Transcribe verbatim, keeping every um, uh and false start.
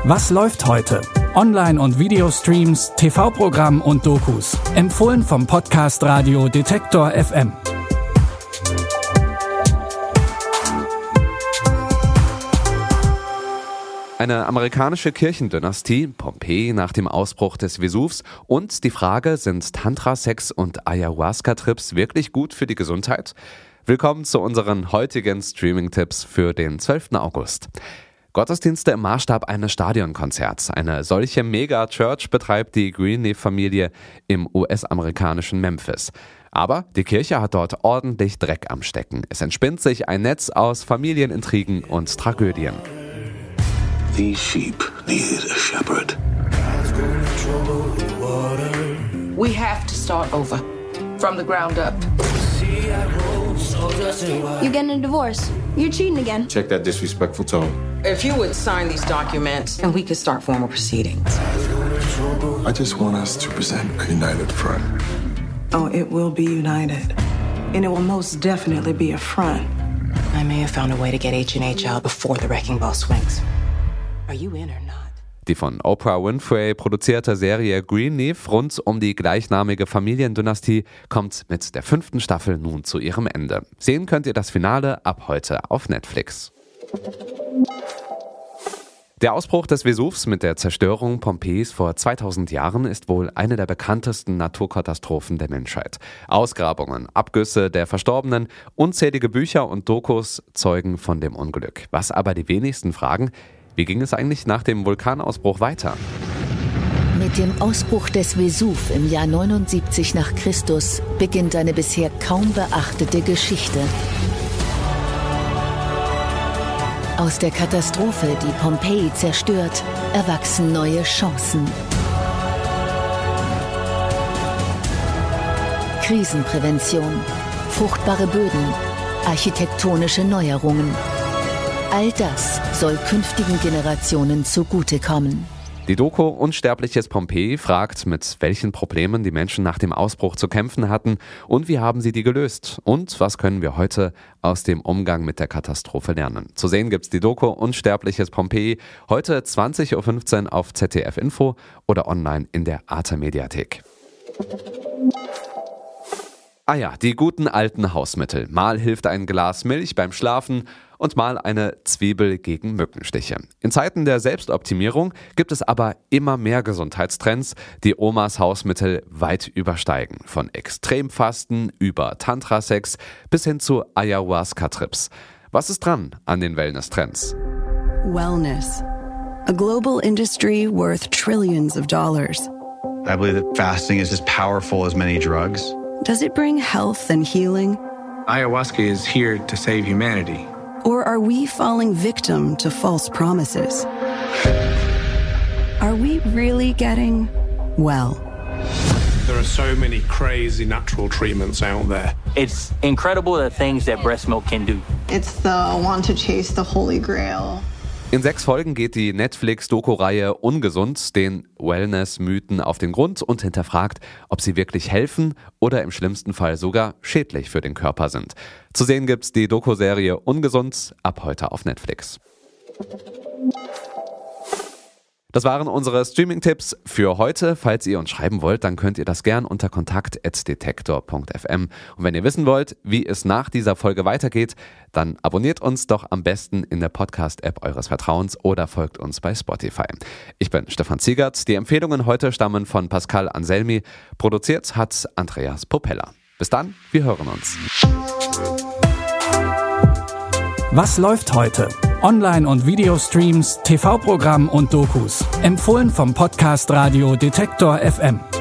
Was läuft heute? Online- und Videostreams, T V-Programm und Dokus. Empfohlen vom Podcast Radio Detektor F M. Eine amerikanische Kirchendynastie, Pompeji nach dem Ausbruch des Vesuvs und die Frage, sind Tantra-Sex und Ayahuasca-Trips wirklich gut für die Gesundheit? Willkommen zu unseren heutigen Streaming-Tipps für den zwölften August. Gottesdienste im Maßstab eines Stadionkonzerts. Eine solche Mega-Church betreibt die Greenleaf-Familie im U S-amerikanischen Memphis. Aber die Kirche hat dort ordentlich Dreck am Stecken. Es entspinnt sich ein Netz aus Familienintrigen und Tragödien. These sheep need a shepherd. We have to start over, from the ground up. You're getting a divorce. You're cheating again. Check that disrespectful tone. If you would sign these documents, and we could start formal proceedings. I just want us to present a united front. Oh, it will be united. And it will most definitely be a front. I may have found a way to get H and H out before the wrecking ball swings. Are you in or not? Die von Oprah Winfrey produzierte Serie Greenleaf rund um die gleichnamige Familiendynastie kommt mit der fünften Staffel nun zu ihrem Ende. Sehen könnt ihr das Finale ab heute auf Netflix. Der Ausbruch des Vesuvs mit der Zerstörung Pompejis vor zweitausend Jahren ist wohl eine der bekanntesten Naturkatastrophen der Menschheit. Ausgrabungen, Abgüsse der Verstorbenen, unzählige Bücher und Dokus zeugen von dem Unglück. Was aber die wenigsten fragen: Wie ging es eigentlich nach dem Vulkanausbruch weiter? Mit dem Ausbruch des Vesuv im Jahr neunundsiebzig nach Christus beginnt eine bisher kaum beachtete Geschichte. Aus der Katastrophe, die Pompeji zerstört, erwachsen neue Chancen. Krisenprävention, fruchtbare Böden, architektonische Neuerungen. All das soll künftigen Generationen zugutekommen. Die Doku Unsterbliches Pompeji fragt, mit welchen Problemen die Menschen nach dem Ausbruch zu kämpfen hatten und wie haben sie die gelöst und was können wir heute aus dem Umgang mit der Katastrophe lernen. Zu sehen gibt's die Doku Unsterbliches Pompeji heute zwanzig Uhr fünfzehn auf Z D F Info oder online in der Arte Mediathek. Ah ja, die guten alten Hausmittel. Mal hilft ein Glas Milch beim Schlafen und mal eine Zwiebel gegen Mückenstiche. In Zeiten der Selbstoptimierung gibt es aber immer mehr Gesundheitstrends, die Omas Hausmittel weit übersteigen. Von Extremfasten über Tantra-Sex bis hin zu Ayahuasca-Trips. Was ist dran an den Wellness-Trends? Wellness. A global industry worth trillions of dollars. I believe that fasting is as powerful as many drugs. Does it bring health and healing? Ayahuasca is here to save humanity. Or are we falling victim to false promises? Are we really getting well? There are so many crazy natural treatments out there. It's incredible the things that breast milk can do. It's the want to chase the holy grail. In sechs Folgen geht die Netflix-Doku-Reihe Ungesund den Wellness-Mythen auf den Grund und hinterfragt, ob sie wirklich helfen oder im schlimmsten Fall sogar schädlich für den Körper sind. Zu sehen gibt's die Doku-Serie Ungesund ab heute auf Netflix. Das waren unsere Streaming-Tipps für heute. Falls ihr uns schreiben wollt, dann könnt ihr das gern unter kontakt at detektor punkt f m. Und wenn ihr wissen wollt, wie es nach dieser Folge weitergeht, dann abonniert uns doch am besten in der Podcast-App eures Vertrauens oder folgt uns bei Spotify. Ich bin Stefan Ziegert. Die Empfehlungen heute stammen von Pascal Anselmi. Produziert hat Andreas Popella. Bis dann, wir hören uns. Was läuft heute? Online- und Videostreams, T V-Programm und Dokus. Empfohlen vom Podcast Radio Detektor F M.